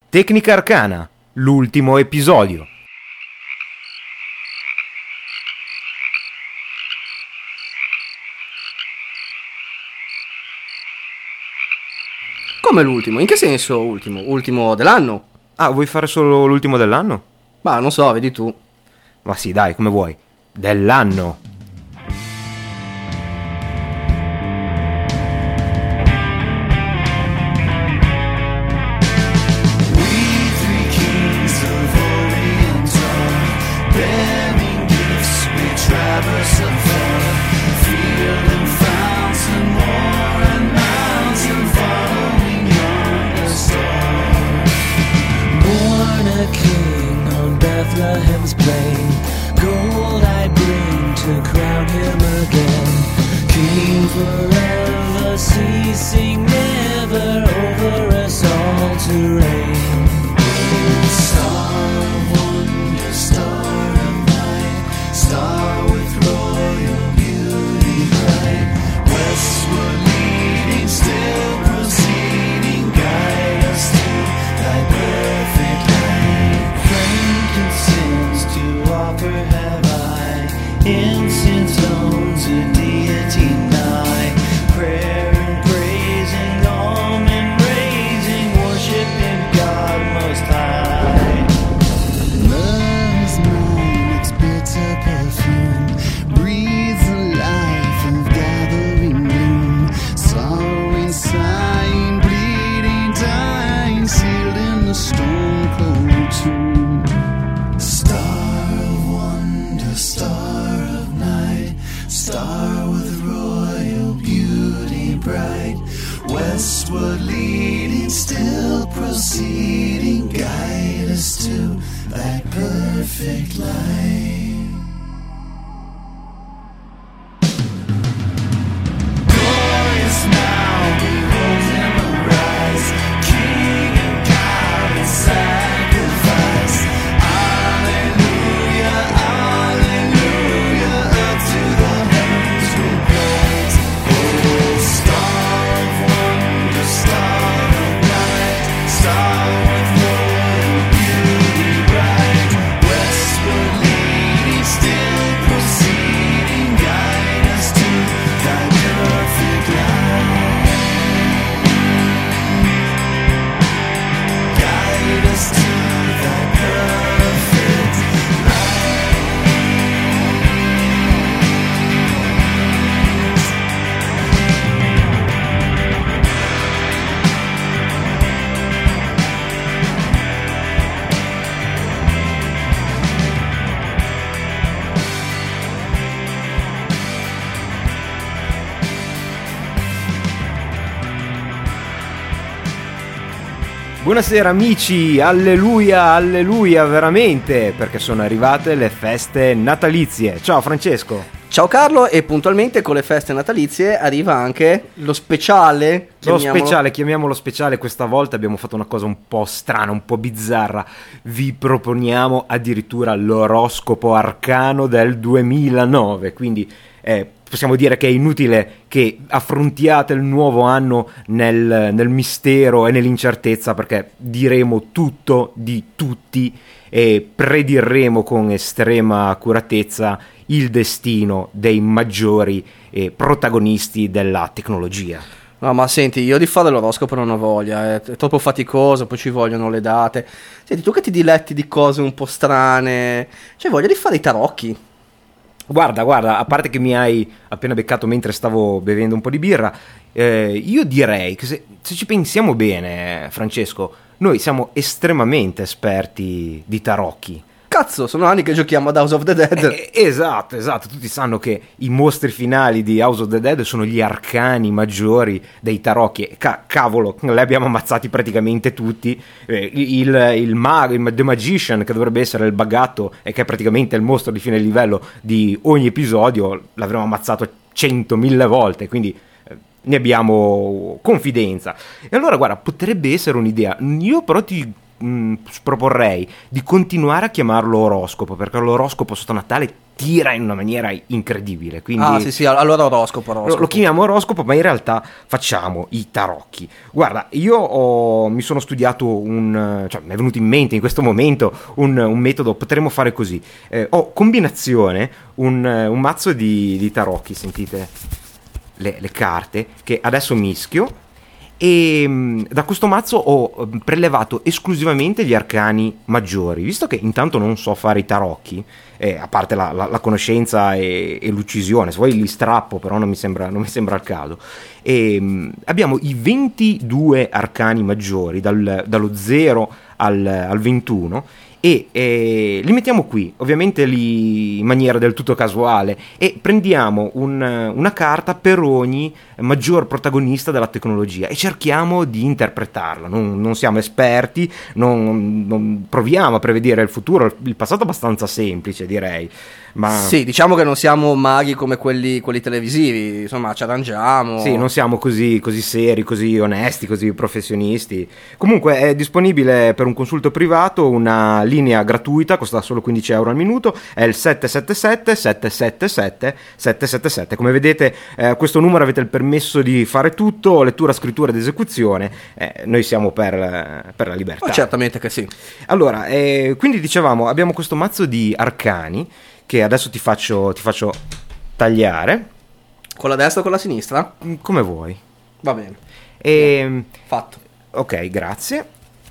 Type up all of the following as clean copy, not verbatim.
Tecnica Arcana, l'ultimo episodio. Come l'ultimo? In che senso ultimo? Ultimo dell'anno? Ah, vuoi fare solo l'ultimo dell'anno? Ma non so, vedi tu. Ma sì, dai, come vuoi. Dell'anno. Bethlehem's plain, gold I bring to crown him again. King forever, ceasing never, over us all to reign. Star of wonder, star of night, star with royal beauty bright. Westward leading, still proceeding, guide us to thy perfect light. Sins to offer have I, incense tones a deity nigh, prayer and praise and almond raising, worship in God most high. Love is mine, its bitter perfume breathes the life of gathering bloom, sorrowing, sighing, bleeding, dying, sealed in the stone-cold tomb. Star of night, star with royal beauty bright, westward leading, still proceeding, guide us to thy perfect light. Glorious now, behold him arise, King and God and sacrifice. Buonasera amici, alleluia, alleluia veramente, perché sono arrivate le feste natalizie. Ciao Francesco. Ciao Carlo, e puntualmente con le feste natalizie arriva anche lo speciale. Chiamiamolo speciale, questa volta abbiamo fatto una cosa un po' strana, un po' bizzarra. Vi proponiamo addirittura l'oroscopo arcano del 2009, quindi possiamo dire che è inutile che affrontiate il nuovo anno nel mistero e nell'incertezza, perché diremo tutto di tutti e prediremo con estrema accuratezza il destino dei maggiori protagonisti della tecnologia. No, ma senti, io di fare l'oroscopo non ho voglia, è troppo faticoso, poi ci vogliono le date. Senti, tu che ti diletti di cose un po' strane, c'hai voglia di fare i tarocchi? Guarda, a parte che mi hai appena beccato mentre stavo bevendo un po' di birra, io direi che se ci pensiamo bene, Francesco, noi siamo estremamente esperti di tarocchi. Cazzo, sono anni che giochiamo ad House of the Dead. Esatto, tutti sanno che i mostri finali di House of the Dead sono gli arcani maggiori dei tarocchi. Cavolo, li abbiamo ammazzati praticamente tutti. Il mago, The Magician, che dovrebbe essere il bagatto e che è praticamente il mostro di fine livello di ogni episodio, l'avremmo ammazzato 100.000 volte, quindi ne abbiamo confidenza. E allora guarda, potrebbe essere un'idea. Io però proporrei di continuare a chiamarlo oroscopo, perché l'oroscopo sotto Natale attira in una maniera incredibile. Quindi Ah, sì, allora oroscopo. lo chiamiamo oroscopo, ma in realtà facciamo i tarocchi. Guarda, mi sono studiato cioè mi è venuto in mente in questo momento un metodo. Potremmo fare così: ho combinazione un mazzo di tarocchi, sentite le carte che adesso mischio, e da questo mazzo ho prelevato esclusivamente gli arcani maggiori, visto che intanto non so fare i tarocchi, a parte la conoscenza e l'uccisione. Se vuoi li strappo, però non mi sembra il caso. E abbiamo i 22 arcani maggiori dallo 0 al 21, e li mettiamo qui, ovviamente in maniera del tutto casuale, e prendiamo una carta per ogni maggior protagonista della tecnologia e cerchiamo di interpretarla. Non siamo esperti, non proviamo a prevedere il futuro. Il passato è abbastanza semplice, direi. Ma sì, diciamo che non siamo maghi come quelli televisivi, insomma ci arrangiamo. sì, non siamo così seri, così onesti, così professionisti. Comunque è disponibile per un consulto privato una linea gratuita, costa solo 15 euro al minuto, è il 777 777 777. Come vedete, questo numero avete il permesso di fare tutto: lettura, scrittura ed esecuzione. Noi siamo per la libertà. Oh, certamente che sì. Allora, quindi dicevamo, abbiamo questo mazzo di arcani che adesso ti faccio tagliare. Con la destra o con la sinistra? Come vuoi. Va bene. Fatto. Ok, grazie.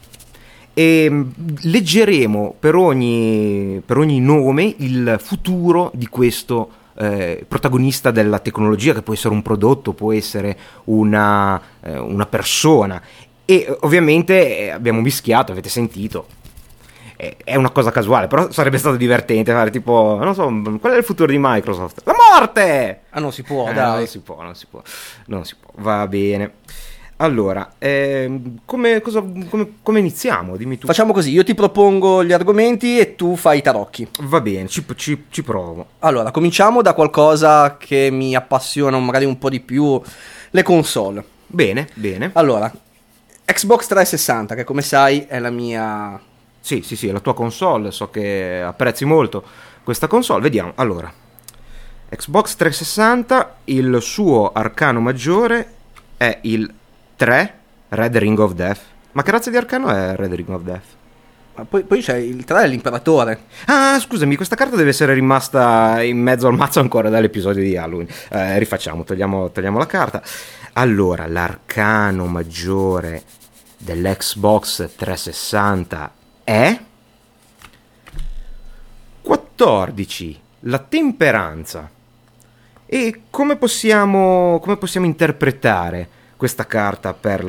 E leggeremo per ogni nome il futuro di questo protagonista della tecnologia, che può essere un prodotto, può essere una persona. E ovviamente abbiamo mischiato, avete sentito. È una cosa casuale, però sarebbe stato divertente fare tipo, non so, qual è il futuro di Microsoft? La morte! Ah, non si può, dai. Non si può. Va bene. Allora, come iniziamo? Dimmi tu. Facciamo così, io ti propongo gli argomenti e tu fai i tarocchi. Va bene, ci provo. Allora, cominciamo da qualcosa che mi appassiona magari un po' di più, le console. Bene. Allora, Xbox 360, che come sai è la mia... Sì, è la tua console, so che apprezzi molto questa console. Vediamo, allora, Xbox 360, il suo arcano maggiore è il 3, Red Ring of Death. Ma che razza di arcano è Red Ring of Death? Ma poi c'è il 3, è l'imperatore. Ah, scusami, questa carta deve essere rimasta in mezzo al mazzo ancora dall'episodio di Halloween. Rifacciamo, togliamo la carta. Allora, l'arcano maggiore dell'Xbox 360 è 14, la temperanza. E come possiamo interpretare questa carta per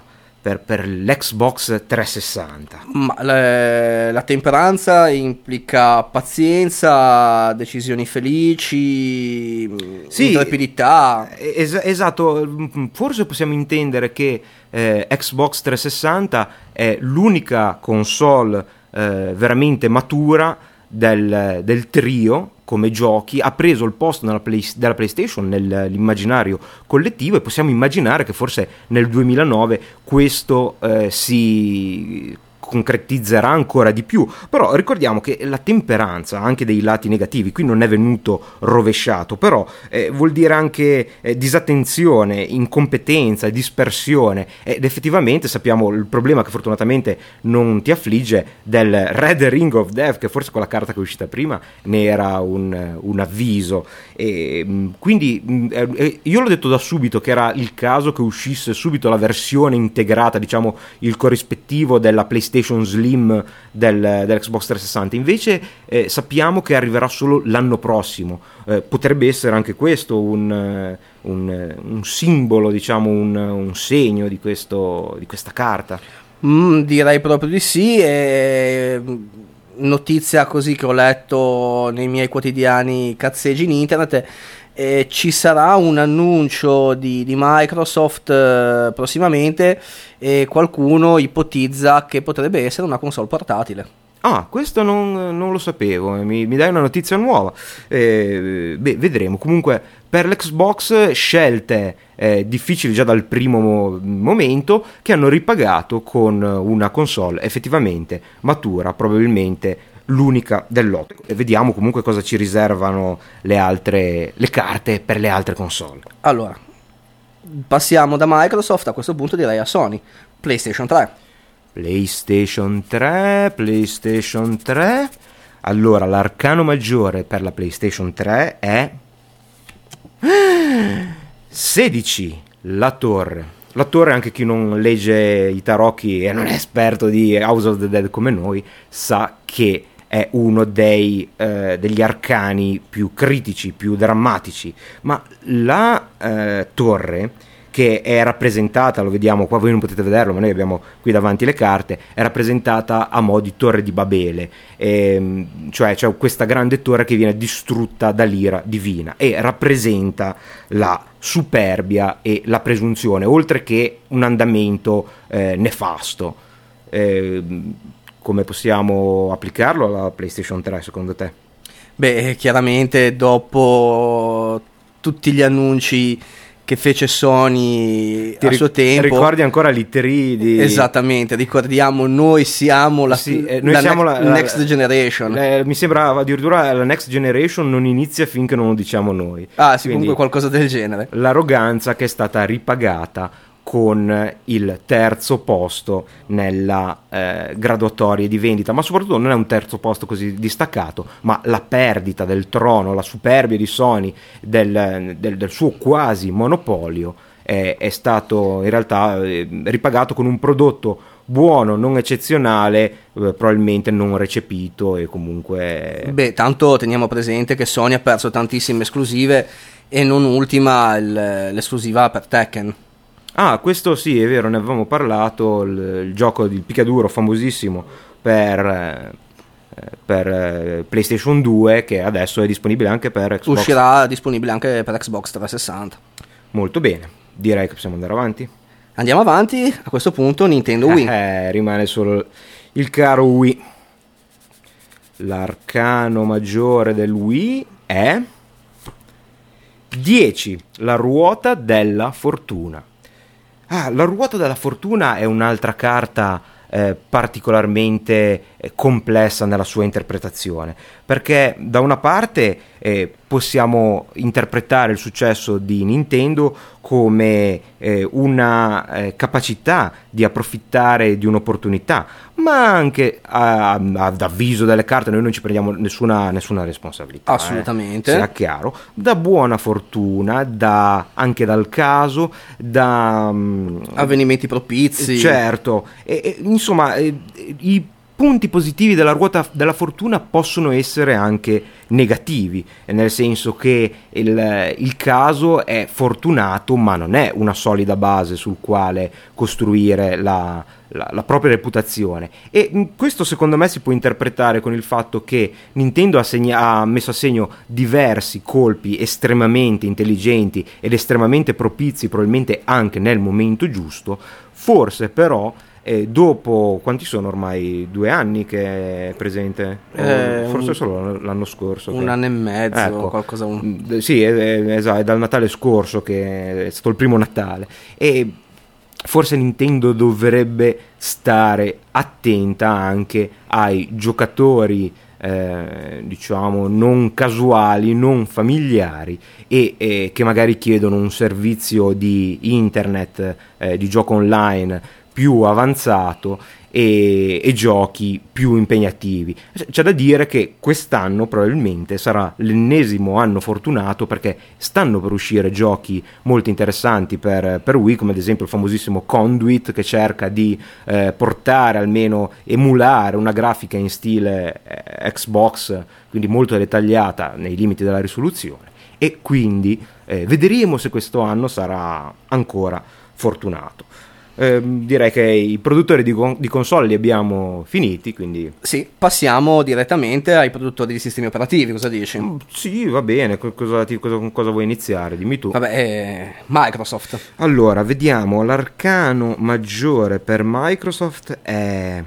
l'Xbox 360? Ma la temperanza implica pazienza, decisioni felici, intrepidità. Esatto, forse possiamo intendere che Xbox 360 è l'unica console veramente matura del trio come giochi, ha preso il posto della PlayStation nell'immaginario collettivo, e possiamo immaginare che forse nel 2009 questo si concretizzerà ancora di più. Però ricordiamo che la temperanza ha anche dei lati negativi. Qui non è venuto rovesciato, però vuol dire anche disattenzione, incompetenza, dispersione, ed effettivamente sappiamo il problema che fortunatamente non ti affligge del Red Ring of Death, che forse con la carta che è uscita prima ne era un avviso. E quindi io l'ho detto da subito che era il caso che uscisse subito la versione integrata, diciamo il corrispettivo della PlayStation Slim dell'Xbox 360. Invece sappiamo che arriverà solo l'anno prossimo. Potrebbe essere anche questo un simbolo, diciamo un segno di questa carta. Direi proprio di sì. Notizia così che ho letto nei miei quotidiani cazzeggi in internet. Ci sarà un annuncio di Microsoft prossimamente, e qualcuno ipotizza che potrebbe essere una console portatile. Ah, questo non lo sapevo, mi dai una notizia nuova. Vedremo. Comunque per l'Xbox scelte difficili già dal primo momento, che hanno ripagato con una console effettivamente matura, probabilmente l'unica del lotto. E vediamo comunque cosa ci riservano le carte per le altre console. Allora, passiamo da Microsoft a questo punto, direi a Sony. PlayStation 3. PlayStation 3. Allora, l'arcano maggiore per la PlayStation 3 è 16, la torre. La torre, anche chi non legge i tarocchi e non è esperto di House of the Dead come noi, sa che è uno degli arcani più critici, più drammatici. Ma la torre, che è rappresentata, lo vediamo qua, voi non potete vederlo ma noi abbiamo qui davanti le carte, è rappresentata a mo' di torre di Babele, cioè c'è questa grande torre che viene distrutta dall'ira divina e rappresenta la superbia e la presunzione, oltre che un andamento nefasto. Come possiamo applicarlo alla PlayStation 3 secondo te? Beh, chiaramente dopo tutti gli annunci che fece Sony a suo tempo. Ricordi ancora l'E3 di... Esattamente, ricordiamo, noi siamo la next generation. Mi sembra addirittura la next generation non inizia finché non lo diciamo noi. Ah sì, quindi, comunque qualcosa del genere. L'arroganza che è stata ripagata con il terzo posto nella graduatoria di vendita, ma soprattutto non è un terzo posto così distaccato, ma la perdita del trono, la superbia di Sony, del suo quasi monopolio è stato in realtà ripagato con un prodotto buono, non eccezionale, probabilmente non recepito e comunque... Beh, tanto teniamo presente che Sony ha perso tantissime esclusive e non ultima l'esclusiva per Tekken. Ah, questo sì, è vero, ne avevamo parlato, il gioco di picchiaduro famosissimo per PlayStation 2, che adesso è disponibile anche per Xbox. Uscirà disponibile anche per Xbox 360. Molto bene, direi che possiamo andare avanti. Andiamo avanti, a questo punto Nintendo Wii. Rimane solo il caro Wii. L'arcano maggiore del Wii è 10, la ruota della fortuna. La ruota della fortuna è un'altra carta particolarmente complessa nella sua interpretazione, perché da una parte possiamo interpretare il successo di Nintendo come una capacità di approfittare di un'opportunità, ma anche ad avviso delle carte noi non ci prendiamo nessuna responsabilità. Assolutamente. Sia chiaro, da buona fortuna, anche dal caso, da avvenimenti propizi. Certo, insomma, i punti positivi della ruota della fortuna possono essere anche negativi, nel senso che il caso è fortunato ma non è una solida base sul quale costruire la propria reputazione, e questo secondo me si può interpretare con il fatto che Nintendo ha messo a segno diversi colpi estremamente intelligenti ed estremamente propizi, probabilmente anche nel momento giusto. Forse però dopo quanti sono ormai 2 anni che è presente? Forse solo l'anno scorso. Un anno e mezzo, ecco, qualcosa. Sì, esatto, è dal Natale scorso che è stato il primo Natale, e forse Nintendo dovrebbe stare attenta anche ai giocatori diciamo non casuali, non familiari, e che magari chiedono un servizio di internet, di gioco online più avanzato e giochi più impegnativi. C'è da dire che quest'anno probabilmente sarà l'ennesimo anno fortunato, perché stanno per uscire giochi molto interessanti per Wii, come ad esempio il famosissimo Conduit, che cerca di portare, almeno emulare una grafica in stile Xbox, quindi molto dettagliata nei limiti della risoluzione, e quindi vedremo se questo anno sarà ancora fortunato. Direi che i produttori di console li abbiamo finiti, quindi sì, passiamo direttamente ai produttori di sistemi operativi. Cosa dici? Sì, va bene. Cosa vuoi iniziare? Dimmi tu. Vabbè, Microsoft. Allora, vediamo. L'arcano maggiore per Microsoft è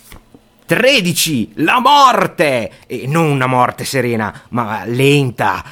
13, la morte, e non una morte serena, ma lenta,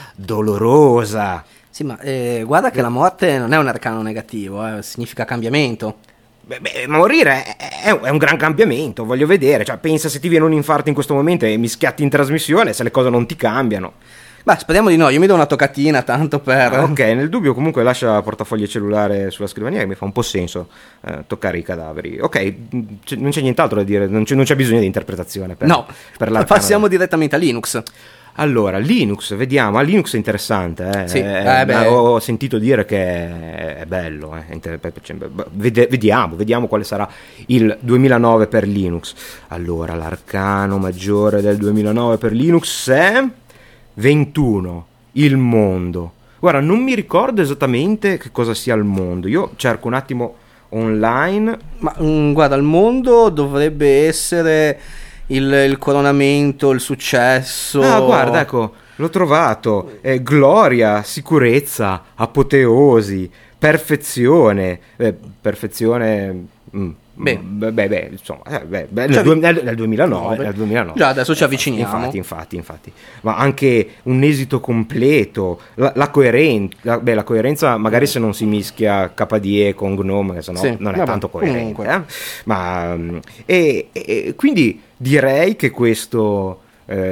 dolorosa. Sì, ma guarda che la morte non è un arcano negativo, significa cambiamento. Beh, morire è un gran cambiamento, voglio vedere. Cioè, pensa se ti viene un infarto in questo momento e mi schiatti in trasmissione, se le cose non ti cambiano. Beh, speriamo di no, io mi do una toccatina tanto per... Ok, nel dubbio comunque lascia portafoglio e cellulare sulla scrivania, che mi fa un po' senso toccare i cadaveri. Ok, non c'è nient'altro da dire, non c'è bisogno di interpretazione per, No, per l'arcano. passiamo direttamente a Linux. Allora, Linux, vediamo. Linux è interessante. Sì, ho sentito dire che è bello. Vediamo quale sarà il 2009 per Linux. Allora, l'arcano maggiore del 2009 per Linux è 21, il mondo. Guarda, non mi ricordo esattamente che cosa sia il mondo. Io cerco un attimo online. Ma guarda, il mondo dovrebbe essere il coronamento, il successo. Ah, guarda, ecco, l'ho trovato. Gloria, sicurezza, apoteosi, perfezione. Perfezione. Insomma, nel 2009, nel 2009. Già adesso ci avviciniamo. Infatti. Ma anche un esito completo, la coerenza, magari se non si mischia KDE con GNOME, che sennò non è tanto coerente. Ma e quindi direi che questo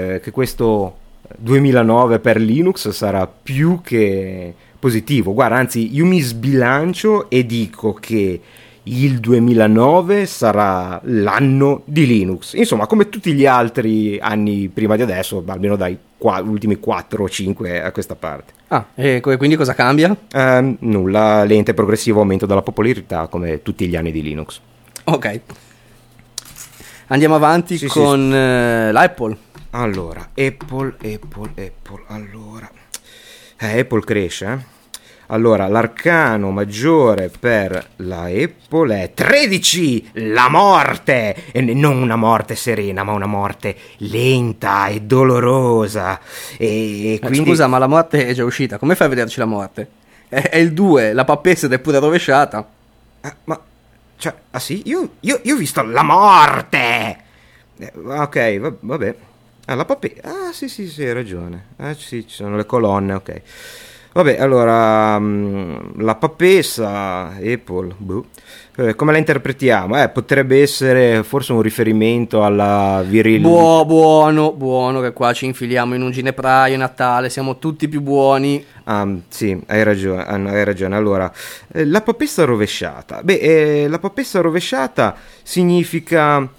2009 per Linux sarà più che positivo. Guarda, anzi, io mi sbilancio e dico che il 2009 sarà l'anno di Linux, insomma, come tutti gli altri anni prima di adesso, almeno dai ultimi 4 o 5 a questa parte. E quindi cosa cambia? Nulla, lento e progressivo aumento della popolarità, come tutti gli anni di Linux. Ok, andiamo avanti con l'Apple. Allora, Apple, allora Apple cresce, Allora, l'arcano maggiore per la Apple è 13, la morte, e non una morte serena, ma una morte lenta e dolorosa. E quindi... Scusa, ma la morte è già uscita, come fai a vederci la morte? È il 2, la papessa ed è pure rovesciata. Sì? Io ho visto la morte! Ok, vabbè. La papessa... sì, hai ragione. Sì, ci sono le colonne, ok. Vabbè, allora, la papessa, Apple, come la interpretiamo? Potrebbe essere forse un riferimento alla virilità. Buono, che qua ci infiliamo in un ginepraio Natale, siamo tutti più buoni. Sì, hai ragione. Allora, la papessa rovesciata. La papessa rovesciata significa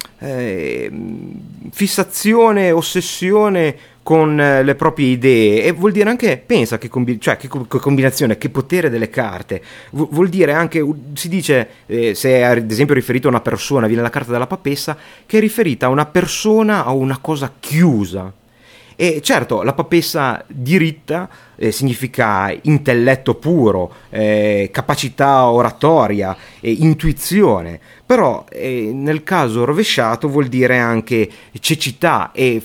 fissazione, ossessione con le proprie idee, e vuol dire anche, pensa che combinazione, che potere delle carte, vuol dire anche, si dice, se è ad esempio riferito a una persona, viene la carta della papessa, che è riferita a una persona, a una cosa chiusa. E certo, la papessa diritta significa intelletto puro, capacità oratoria, intuizione, però nel caso rovesciato vuol dire anche cecità e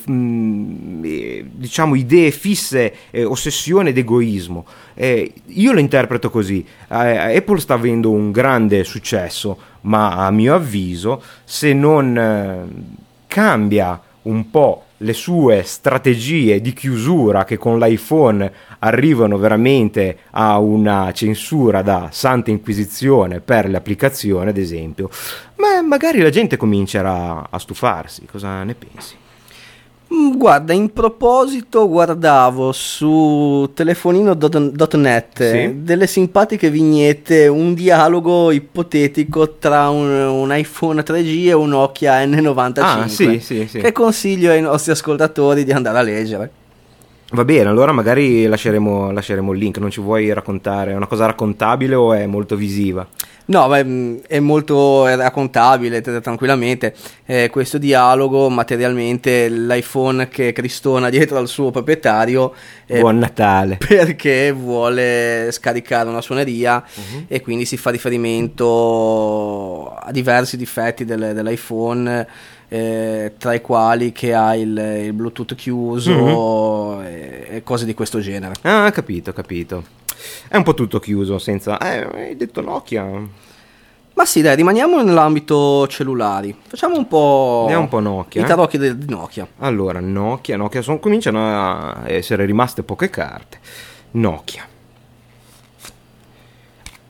diciamo idee fisse, ossessione ed egoismo. Io lo interpreto così. Apple sta avendo un grande successo, ma a mio avviso, se non cambia un po' le sue strategie di chiusura, che con l'iPhone arrivano veramente a una censura da Santa Inquisizione per le applicazioni, ad esempio, ma magari la gente comincerà a stufarsi. Cosa ne pensi? Guarda, in proposito guardavo su telefonino.net delle simpatiche vignette, un dialogo ipotetico tra un iPhone 3G e un Nokia N95, sì. che consiglio ai nostri ascoltatori di andare a leggere. Va bene, allora magari lasceremo il link. Non ci vuoi raccontare? È una cosa raccontabile o è molto visiva? No, è molto raccontabile tranquillamente. Questo dialogo, materialmente, l'iPhone che cristona dietro al suo proprietario. Buon Natale! Perché vuole scaricare una suoneria, e quindi si fa riferimento a diversi difetti dell'iPhone, tra i quali che ha il Bluetooth chiuso, e cose di questo genere. Capito. È un po' tutto chiuso, senza... hai detto Nokia? Ma sì, dai, rimaniamo nell'ambito cellulari. Facciamo un po'... Andiamo un po' Nokia. I tarocchi di Nokia. Allora, Nokia cominciano a essere rimaste poche carte. Nokia.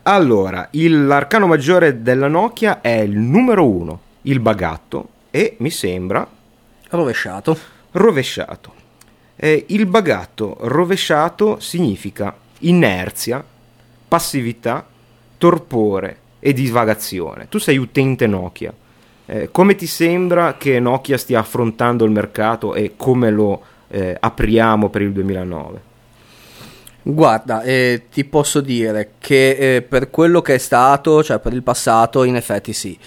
Allora, l'arcano maggiore della Nokia è il numero 1, il bagatto, e mi sembra Rovesciato. rovesciato. Il bagatto rovesciato significa inerzia, passività, torpore e divagazione. Tu sei utente Nokia. Come ti sembra che Nokia stia affrontando il mercato e come lo apriamo per il 2009? Guarda, ti posso dire che per quello che è stato, cioè per il passato, in effetti sì.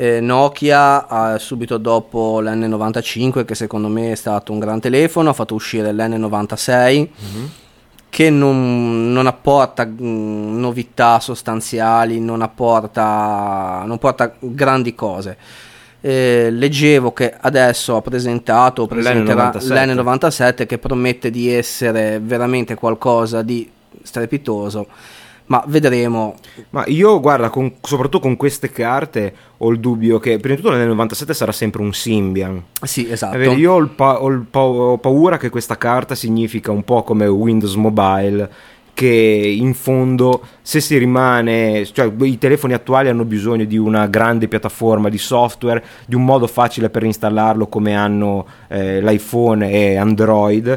Nokia, subito dopo l'N95, che secondo me è stato un gran telefono, ha fatto uscire l'N96, che non apporta novità sostanziali, non porta grandi cose. Leggevo che adesso ha presentato presenterà l'N97 che promette di essere veramente qualcosa di strepitoso, ma vedremo. Ma io, guarda, soprattutto con queste carte ho il dubbio che prima di tutto nell'97 sarà sempre un Symbian. Sì, esatto. Io ho paura che questa carta significa un po' come Windows Mobile, che in fondo, se si rimane, cioè i telefoni attuali hanno bisogno di una grande piattaforma di software, di un modo facile per installarlo come hanno l'iPhone e Android,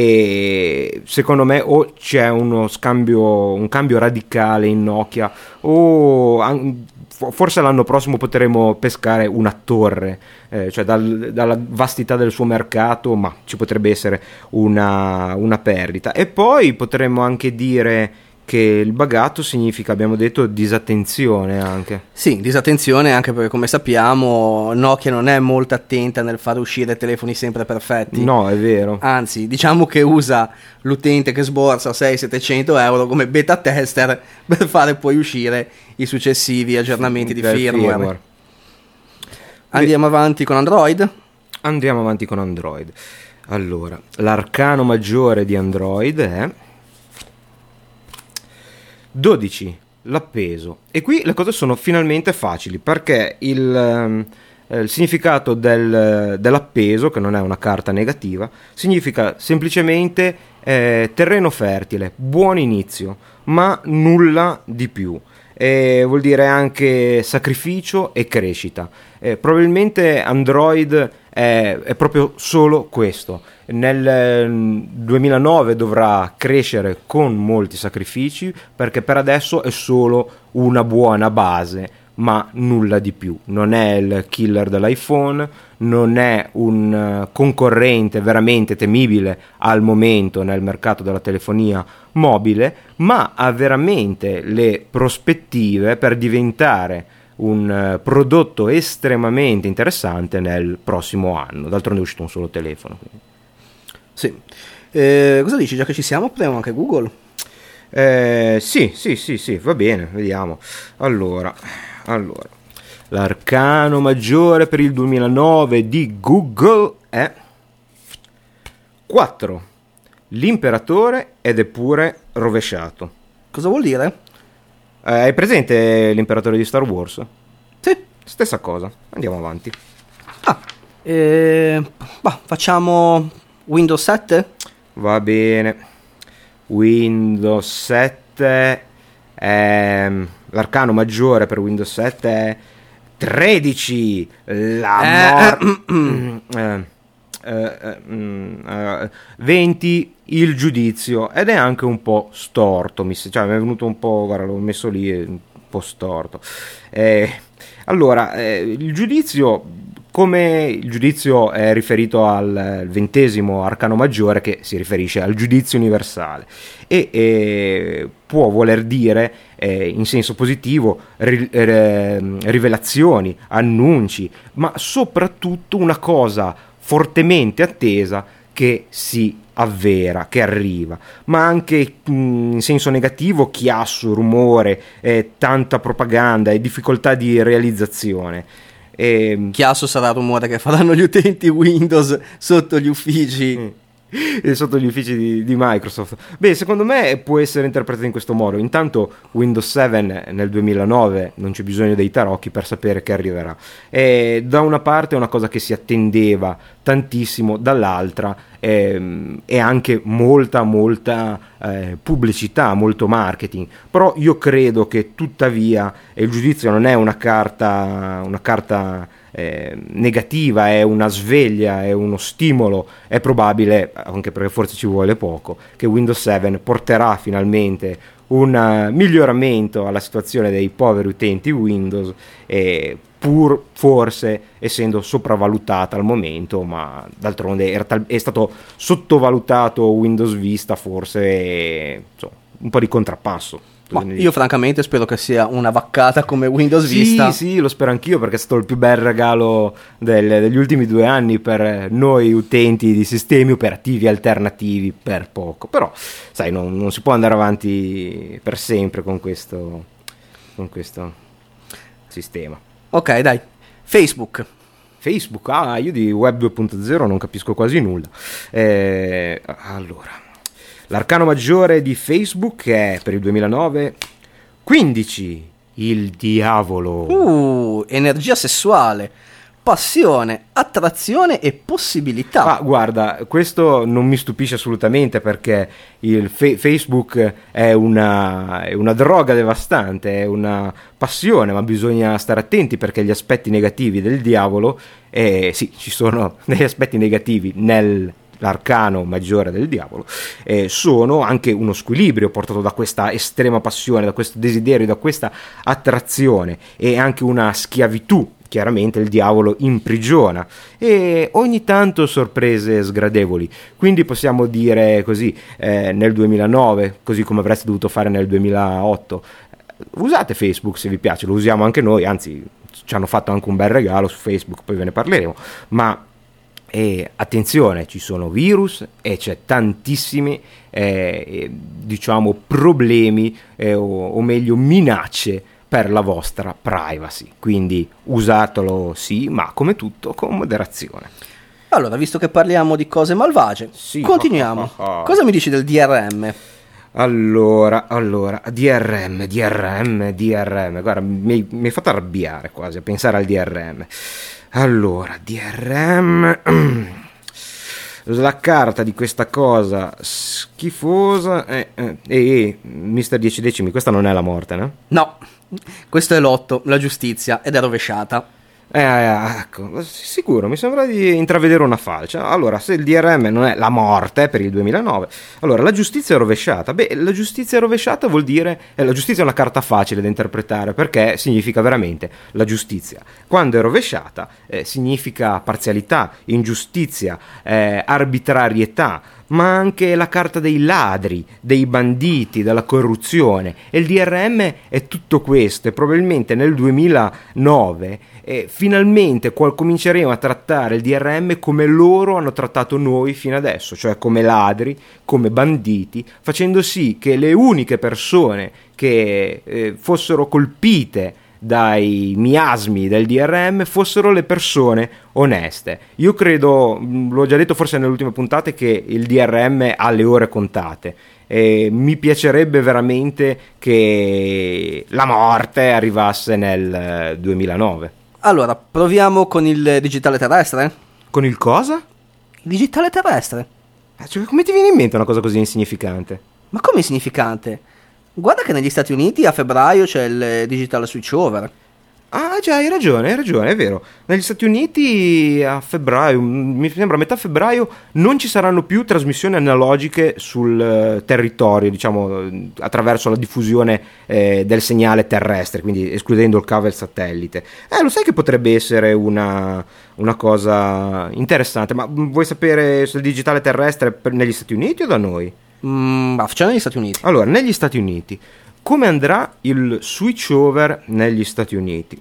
e secondo me o c'è un cambio radicale in Nokia, o forse l'anno prossimo potremo pescare una torre, cioè dalla vastità del suo mercato, ma ci potrebbe essere una perdita. E poi potremmo anche dire che il bagatto significa, abbiamo detto, disattenzione anche. Sì, disattenzione anche perché, come sappiamo, Nokia non è molto attenta nel far uscire telefoni sempre perfetti. No, è vero. Anzi, diciamo che usa l'utente che sborsa 600-700 euro come beta tester per fare poi uscire i successivi aggiornamenti di firmware. Andiamo avanti con Android. Andiamo avanti con Android. Allora, l'arcano maggiore di Android è 12, l'appeso. E qui le cose sono finalmente facili, perché il significato dell'appeso, che non è una carta negativa, significa semplicemente terreno fertile, buon inizio, ma nulla di più. Vuol dire anche sacrificio e crescita. Probabilmente Android è proprio solo questo. Nel 2009 dovrà crescere con molti sacrifici, perché per adesso è solo una buona base, ma nulla di più. Non è il killer dell'iPhone, non è un concorrente veramente temibile al momento nel mercato della telefonia mobile, ma ha veramente le prospettive per diventare un prodotto estremamente interessante nel prossimo anno. D'altronde è uscito un solo telefono, quindi. Sì. Cosa dici? Già che ci siamo, proviamo anche Google. Sì, va bene, vediamo. Allora, l'arcano maggiore per il 2009 di Google è 4, l'imperatore, ed è pure rovesciato. Cosa vuol dire? Hai presente l'imperatore di Star Wars? Sì. Stessa cosa, andiamo avanti. Facciamo Windows 7? Va bene. Windows 7 l'arcano maggiore per Windows 7 è 13, 20, il giudizio, ed è anche un po' storto, cioè mi è venuto un po', guarda, l'ho messo lì, un po' storto. Allora, il giudizio, come il giudizio è riferito al 20° arcano maggiore, che si riferisce al giudizio universale, e può voler dire in senso positivo rivelazioni, annunci, ma soprattutto una cosa fortemente attesa che si avvera, che arriva, ma anche in senso negativo chiasso, rumore, tanta propaganda e difficoltà di realizzazione. Chiasso sarà il rumore che faranno gli utenti Windows sotto gli uffici sotto gli uffici di Microsoft. Beh, secondo me può essere interpretato in questo modo. Intanto Windows 7 nel 2009 non c'è bisogno dei tarocchi per sapere che arriverà. E da una parte è una cosa che si attendeva tantissimo, dall'altra è anche molta pubblicità, molto marketing. Però io credo che tuttavia il giudizio non è una carta negativa, è una sveglia, è uno stimolo. È probabile, anche perché forse ci vuole poco, che Windows 7 porterà finalmente un miglioramento alla situazione dei poveri utenti Windows, pur forse essendo sopravvalutata al momento, ma d'altronde è stato sottovalutato Windows Vista, forse insomma, un po' di contrappasso. Ma io francamente spero che sia una vaccata come Windows Vista. Sì, lo spero anch'io, perché è stato il più bel regalo degli ultimi 2 anni per noi utenti di sistemi operativi alternativi per poco. Però, sai, non si può andare avanti per sempre con questo sistema. Ok, dai. Facebook, io di Web 2.0 non capisco quasi nulla. Allora, l'arcano maggiore di Facebook è per il 2009 15, il diavolo. Energia sessuale, passione, attrazione e possibilità. Ma guarda, questo non mi stupisce assolutamente, perché il Facebook è una droga devastante, è una passione, ma bisogna stare attenti, perché gli aspetti negativi del diavolo, sì, ci sono degli aspetti negativi l'arcano maggiore del diavolo, sono anche uno squilibrio portato da questa estrema passione, da questo desiderio, da questa attrazione, e anche una schiavitù. Chiaramente il diavolo imprigiona, e ogni tanto sorprese sgradevoli. Quindi possiamo dire così, nel 2009, così come avreste dovuto fare nel 2008, usate Facebook se vi piace, lo usiamo anche noi, anzi ci hanno fatto anche un bel regalo su Facebook, poi ve ne parleremo, ma attenzione, ci sono virus e c'è tantissimi diciamo problemi, o meglio minacce per la vostra privacy, quindi usatelo sì, ma come tutto con moderazione. Allora, visto che parliamo di cose malvagie, Sì. continuiamo. Cosa mi dici del DRM? Allora, DRM, guarda, mi hai fatto arrabbiare quasi a pensare al DRM. Allora, DRM, la carta di questa cosa schifosa, Mister 10 decimi, questa non è la morte, no? No, questo è l'8, la giustizia, ed è rovesciata. Ecco, sicuro, mi sembra di intravedere una falcia. Allora, se il DRM non è la morte per il 2009, allora la giustizia è rovesciata. Beh, la giustizia rovesciata vuol dire, la giustizia è una carta facile da interpretare, perché significa veramente la giustizia. Quando è rovesciata significa parzialità, ingiustizia, arbitrarietà, ma anche la carta dei ladri, dei banditi, della corruzione. E il DRM è tutto questo, e probabilmente nel 2009 finalmente cominceremo a trattare il DRM come loro hanno trattato noi fino adesso, cioè come ladri, come banditi, facendo sì che le uniche persone che fossero colpite dai miasmi del DRM fossero le persone oneste. Io credo, l'ho già detto forse nelle ultime puntate, che il DRM ha le ore contate, e mi piacerebbe veramente che la morte arrivasse nel 2009. Allora, proviamo con il digitale terrestre? Con il cosa? Il digitale terrestre? Cioè, come ti viene in mente una cosa così insignificante? Ma come insignificante? Guarda che negli Stati Uniti a febbraio c'è il digital switchover. Ah già, hai ragione, è vero. Negli Stati Uniti a febbraio, mi sembra a metà febbraio, non ci saranno più trasmissioni analogiche sul territorio, diciamo, attraverso la diffusione del segnale terrestre, quindi escludendo il cavo e il satellite. Lo sai che potrebbe essere una cosa interessante, ma vuoi sapere se il digitale terrestre negli Stati Uniti o da noi? Facciamo negli Stati Uniti. Allora, negli Stati Uniti, come andrà il switch over negli Stati Uniti?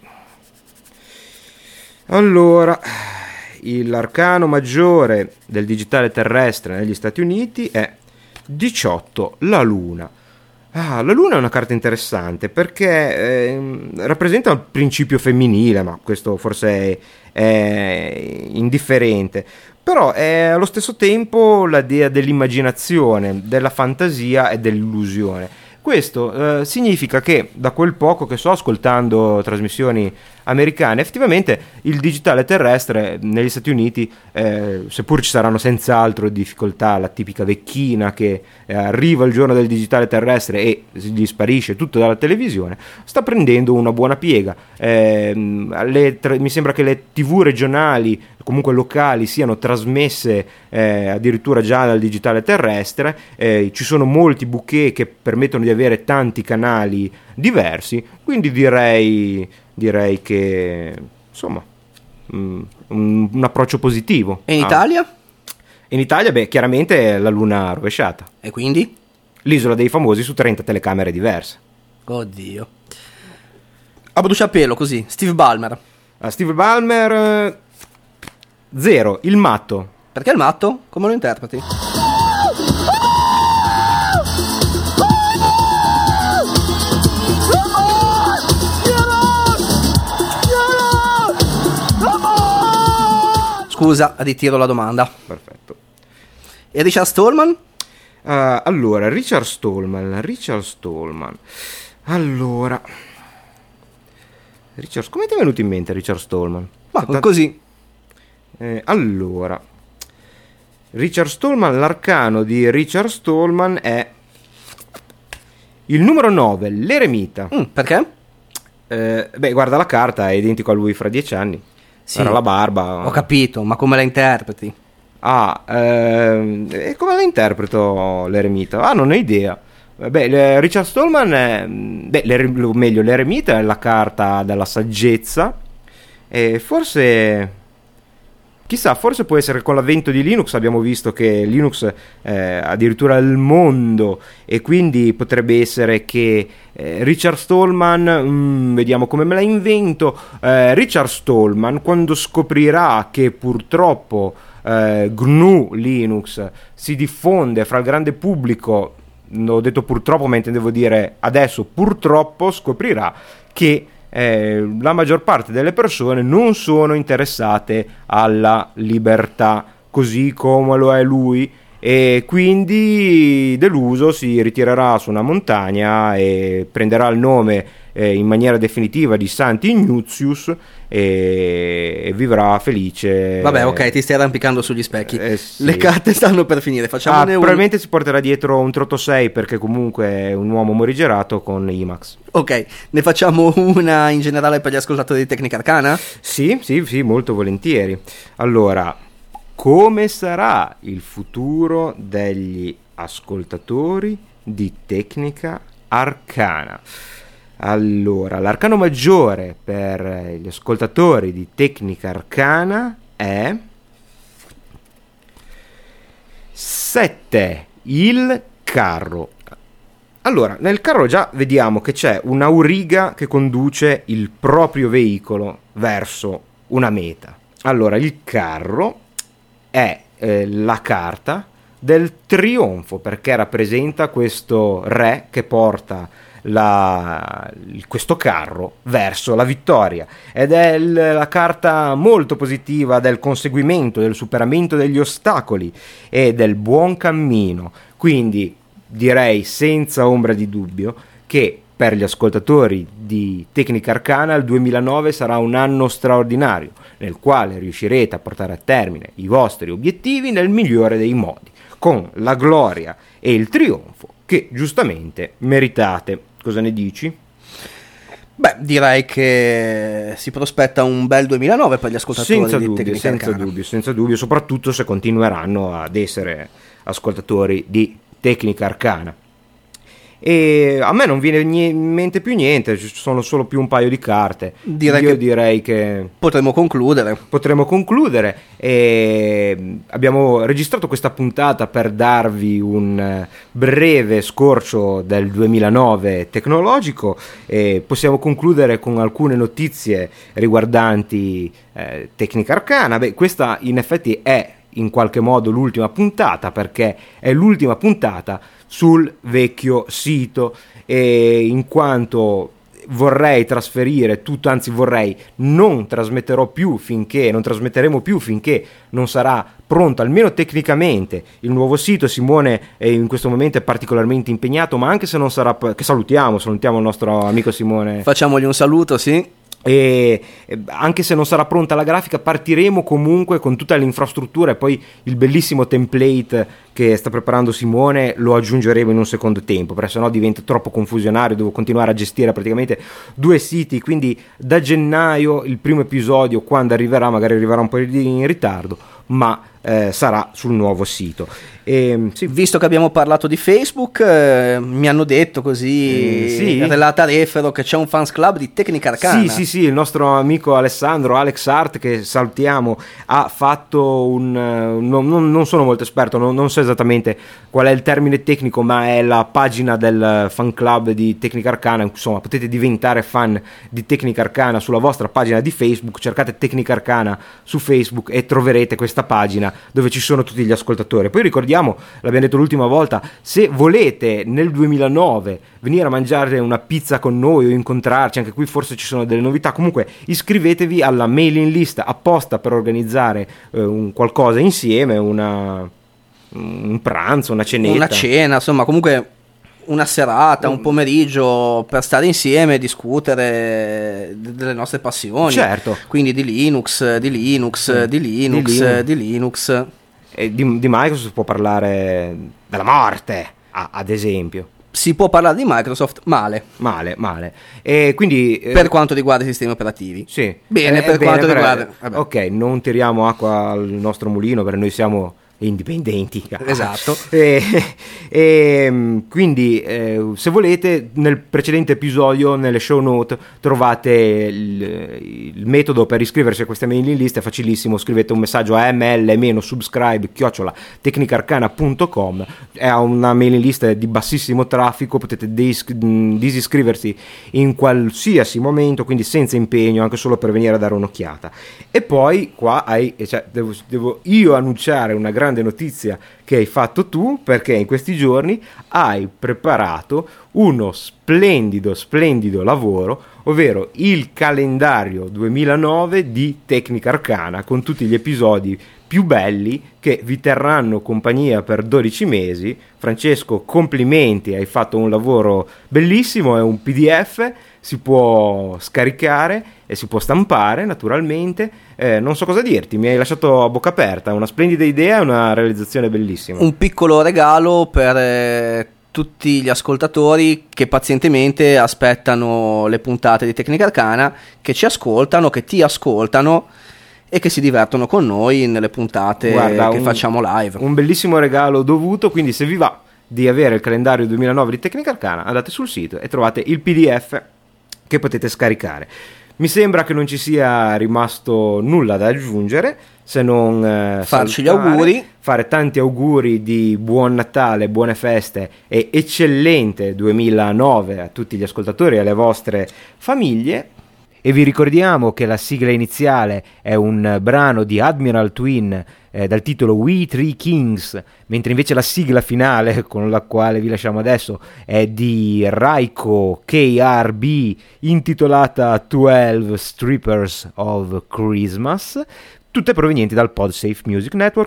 Allora, l'arcano maggiore del digitale terrestre negli Stati Uniti è 18, la luna. La luna è una carta interessante perché rappresenta il principio femminile, ma questo forse è indifferente, però è allo stesso tempo la dea dell'immaginazione, della fantasia e dell'illusione. Questo significa che da quel poco che sto ascoltando trasmissioni americane, effettivamente il digitale terrestre negli Stati Uniti, seppur ci saranno senz'altro difficoltà, la tipica vecchina che arriva il giorno del digitale terrestre e gli sparisce tutto dalla televisione, sta prendendo una buona piega. Mi sembra che le TV regionali, comunque locali, siano trasmesse addirittura già dal digitale terrestre. Ci sono molti bouquet che permettono di avere tanti canali diversi, quindi direi che insomma un approccio positivo. E in Italia? In Italia, beh, chiaramente la luna rovesciata, E quindi? l'isola dei famosi su 30 telecamere diverse. Oddio. A bruciapelo così, Steve Ballmer. Steve Ballmer 0, il matto. Perché il matto? Come lo interpreti? Scusa, ritiro la domanda. Perfetto. E Richard Stallman? Allora, Richard Stallman. Allora, come ti è venuto in mente Richard Stallman? Ma così. Allora, Richard Stallman, l'arcano di Richard Stallman è il numero 9, l'eremita. Perché? Beh, guarda la carta, è identico a lui fra 10 anni. Sì, Era la barba. Ho capito, ma come la interpreti? E come la interpreto l'eremita? Non ho idea. Beh, Richard Stallman è, meglio, l'eremita è la carta della saggezza, e forse, chissà, forse può essere con l'avvento di Linux. Abbiamo visto che Linux addirittura il mondo, e quindi potrebbe essere che Richard Stallman, vediamo come me la invento, Richard Stallman, quando scoprirà che purtroppo GNU Linux si diffonde fra il grande pubblico, ho detto purtroppo ma intendevo dire adesso, purtroppo scoprirà che la maggior parte delle persone non sono interessate alla libertà così come lo è lui, e quindi deluso si ritirerà su una montagna e prenderà il nome in maniera definitiva di Santi Ignatius e vivrà felice. Vabbè, ok, ti stai arrampicando sugli specchi. Sì. Le carte stanno per finire, facciamone probabilmente si porterà dietro un 386 perché comunque è un uomo morigerato con IMAX. Ok, ne facciamo una in generale per gli ascoltatori di Tecnica Arcana? Sì, molto volentieri. Allora, come sarà il futuro degli ascoltatori di Tecnica Arcana? Allora, l'arcano maggiore per gli ascoltatori di Tecnica Arcana è 7, il carro. Allora, nel carro già vediamo che c'è un'auriga che conduce il proprio veicolo verso una meta. Allora, il carro è la carta del trionfo, perché rappresenta questo re che porta questo carro verso la vittoria, ed è la carta molto positiva del conseguimento, del superamento degli ostacoli e del buon cammino. Quindi direi senza ombra di dubbio che per gli ascoltatori di Tecnica Arcana il 2009 sarà un anno straordinario, nel quale riuscirete a portare a termine i vostri obiettivi nel migliore dei modi, con la gloria e il trionfo che giustamente meritate. Cosa ne dici? Beh, direi che si prospetta un bel 2009 per gli ascoltatori di Tecnica Arcana. Senza dubbio, soprattutto se continueranno ad essere ascoltatori di Tecnica Arcana. E a me non viene in mente più niente, ci sono solo più un paio di carte. Direi che potremmo concludere. E abbiamo registrato questa puntata per darvi un breve scorcio del 2009 tecnologico, e possiamo concludere con alcune notizie riguardanti Tecnica Arcana. Beh, questa in effetti è in qualche modo l'ultima puntata, perché è l'ultima puntata sul vecchio sito, e in quanto vorrei trasferire tutto, anzi non trasmetteremo più finché non sarà pronto, almeno tecnicamente, il nuovo sito. Simone in questo momento è particolarmente impegnato, ma anche se non sarà, che salutiamo il nostro amico Simone, facciamogli un saluto, sì. E anche se non sarà pronta la grafica, partiremo comunque con tutta l'infrastruttura, e poi il bellissimo template che sta preparando Simone lo aggiungeremo in un secondo tempo, perché sennò diventa troppo confusionario, devo continuare a gestire praticamente 2 siti. Quindi da gennaio il primo episodio, quando arriverà, magari arriverà un po' in ritardo, ma sarà sul nuovo sito. Sì. Visto che abbiamo parlato di Facebook, mi hanno detto così, sì. Relata Refero, che c'è un fans club di Tecnica Arcana. Sì, il nostro amico Alessandro, Alex Art, che salutiamo, ha fatto non sono molto esperto, non so esattamente qual è il termine tecnico, ma è la pagina del fan club di Tecnica Arcana. Insomma, potete diventare fan di Tecnica Arcana sulla vostra pagina di Facebook, cercate Tecnica Arcana su Facebook e troverete questa pagina dove ci sono tutti gli ascoltatori. Poi ricordiamo, l'abbiamo detto l'ultima volta, se volete nel 2009 venire a mangiare una pizza con noi o incontrarci, anche qui forse ci sono delle novità, comunque iscrivetevi alla mailing list apposta per organizzare un qualcosa insieme, un pranzo, una cenetta, una cena, insomma, comunque una serata, un pomeriggio per stare insieme e discutere delle nostre passioni. Certo. Quindi di Linux. E di Microsoft si può parlare della morte, ad esempio. Si può parlare di Microsoft male. E quindi per quanto riguarda i sistemi operativi. Sì. Bene, per quanto riguarda. Ok, non tiriamo acqua al nostro mulino, perché noi siamo indipendenti. Esatto. Quindi se volete, nel precedente episodio, nelle show note, trovate il metodo per iscriversi a questa mailing list. È facilissimo, scrivete un messaggio a ml-subscribe@tecnicarcana.com. è una mailing list di bassissimo traffico, potete disiscriversi in qualsiasi momento, quindi senza impegno, anche solo per venire a dare un'occhiata. E poi qua devo io annunciare una grande notizia che hai fatto tu, perché in questi giorni hai preparato uno splendido lavoro, ovvero il calendario 2009 di Tecnica Arcana, con tutti gli episodi più belli che vi terranno compagnia per 12 mesi. Francesco, complimenti, hai fatto un lavoro bellissimo, è un PDF, si può scaricare e si può stampare naturalmente. Non so cosa dirti, mi hai lasciato a bocca aperta, una splendida idea e una realizzazione bellissima. Un piccolo regalo per tutti gli ascoltatori che pazientemente aspettano le puntate di Tecnica Arcana, che ci ascoltano, che ti ascoltano e che si divertono con noi nelle puntate che facciamo live. Un bellissimo regalo dovuto, quindi se vi va di avere il calendario 2009 di Tecnica Arcana, andate sul sito e trovate il PDF che potete scaricare. Mi sembra che non ci sia rimasto nulla da aggiungere, se non farci gli auguri, fare tanti auguri di buon Natale, buone feste e eccellente 2009 a tutti gli ascoltatori e alle vostre famiglie. E vi ricordiamo che la sigla iniziale è un brano di Admiral Twin dal titolo We Three Kings, mentre invece la sigla finale, con la quale vi lasciamo adesso, è di Raiko KRB, intitolata 12 Strippers of Christmas, tutte provenienti dal PodSafe Music Network,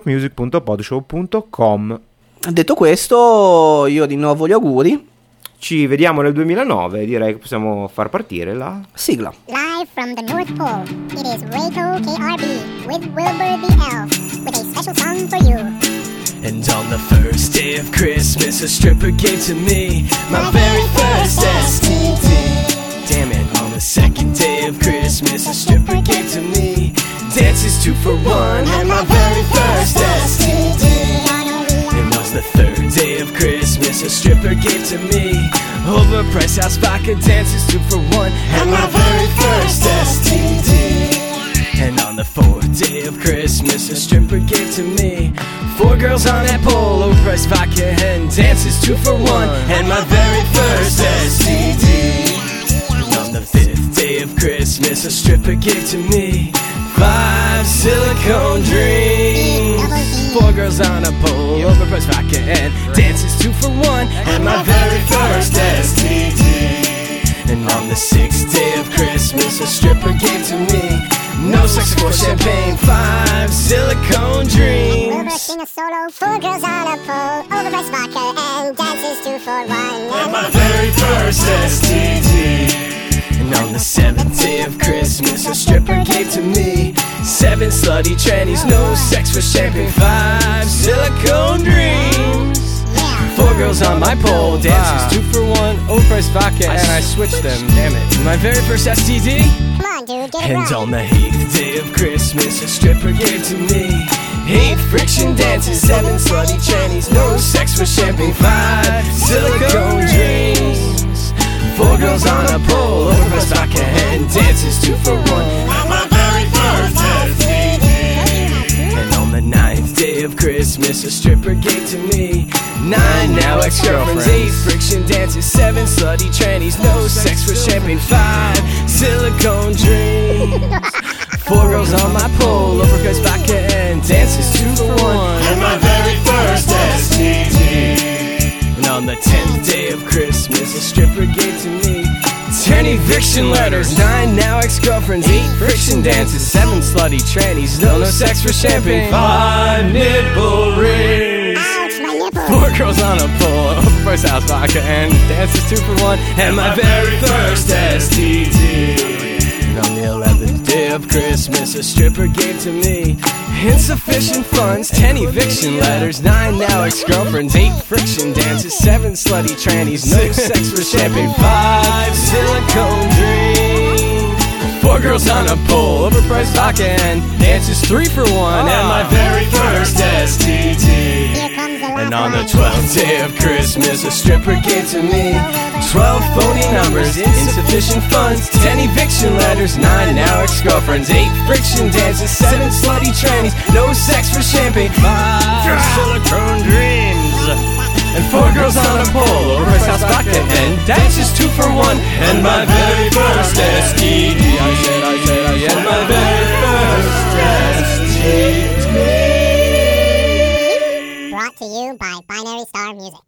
music.podshow.com. Detto questo, io rinnovo gli auguri. Ci vediamo nel 2009, direi che possiamo far partire la sigla. Live from the North Pole, it is Reiko KRB with Wilbur the Elf with a special song for you. And on the first day of Christmas, a stripper gave to me my very first STD. Damn it. On the second day of Christmas, a stripper gave to me dances 2 for 1 and my very first STD. It was the third day of Christmas, a stripper gave to me overpriced house vodka dances 2 for 1 and my very first STD. And on the fourth day of Christmas, a stripper gave to me 4 girls on that pole, overpriced vodka and dances 2 for 1 and my very first STD. And on the 5th day of Christmas, a stripper gave to me 5 silicone dreams. 4 girls on a pole, overpriced vodka and dances 2 for 1 at my very first STD. And on the 6th day of Christmas, a stripper gave to me no sex, 4 champagne, 5 silicone dreams. Wilbur sing a solo, 4 girls on a pole, overpriced vodka and dances 2 for 1 at my very first STD. And on the 7th day of Christmas, a stripper gave to me 7 slutty trannies, no sex for champagne, 5 silicone dreams. 4 girls on my pole, dances 2 for 1, overpriced vodka, and I switched them, damn it. My very first STD? Come on, dude, get it And right. on the 8th day of Christmas, a stripper gave to me 8 friction dances, 7 slutty trannies, no sex for champagne, 5 silicone dreams. 4 girls on a pole, overpriced vodka, and dances 2 for 1 at my very first STD. And on the 9th day of Christmas, a stripper gave to me 9 now ex-girlfriends, 8 friction dances, 7 slutty trannies, no sex for champagne, 5 silicone dreams. 4 girls on my pole, overpriced vodka, and dances 2 for 1 at my very first STD. And on the 10th day of Christmas, a stripper gave to me 10 eviction letters, 9 now ex-girlfriends, 8 friction dances, 7 slutty trannies, no sex for champagne, 5 nipple rings. Ouch, my nipple. 4 girls on a pole, overpriced house vodka, and dances 2 for 1 and my very first STD. And on the 11th day of Christmas, a stripper gave to me insufficient funds, 10 eviction letters, 9 now ex-girlfriends, 8 friction dances, 7 slutty trannies, no sex for champagne, 5 silicone dreams. 4 girls on a pole, overpriced vodka, and dances 3 for 1 and my very first STD. Here comes the last And on the one. 12th day of Christmas, a stripper gave to me 12 phony numbers, insufficient funds, 10 eviction letters, 9 now ex-girlfriends, 8 friction dances, 7 slutty trannies, no sex for champagne, 5 silicone dreams. And 4 girls on a pole, overpriced house vodka, and dances 2 for 1 and my very first STD. I said, and my very first STD. Brought to you by Binary Star Music.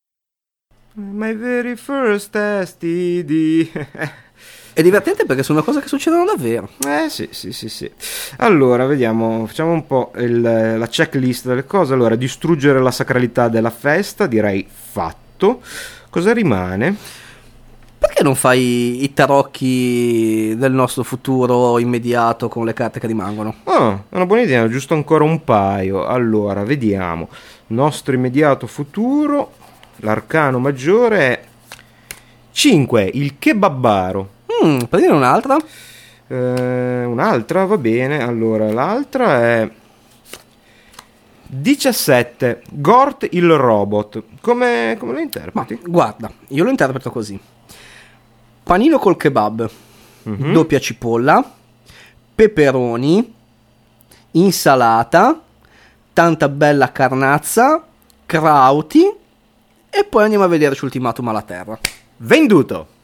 My very first STD. È divertente perché sono cose che succedono davvero. Sì. Allora, vediamo, facciamo un po' la checklist delle cose. Allora, distruggere la sacralità della festa, direi fatto. Cosa rimane? Perché non fai i tarocchi del nostro futuro immediato con le carte che rimangono? Ah, è una buona idea, giusto ancora un paio. Allora, vediamo. Nostro immediato futuro, l'arcano maggiore è 5, il kebabbaro. Prendine un'altra? Un'altra, va bene. Allora, l'altra è 17, Gort il robot. Come lo Ma interpreti? guarda, io lo interpreto così: panino col kebab, doppia cipolla, peperoni, insalata, tanta bella carnazza, crauti, e poi andiamo a vederci Ultimatum alla Terra. Venduto!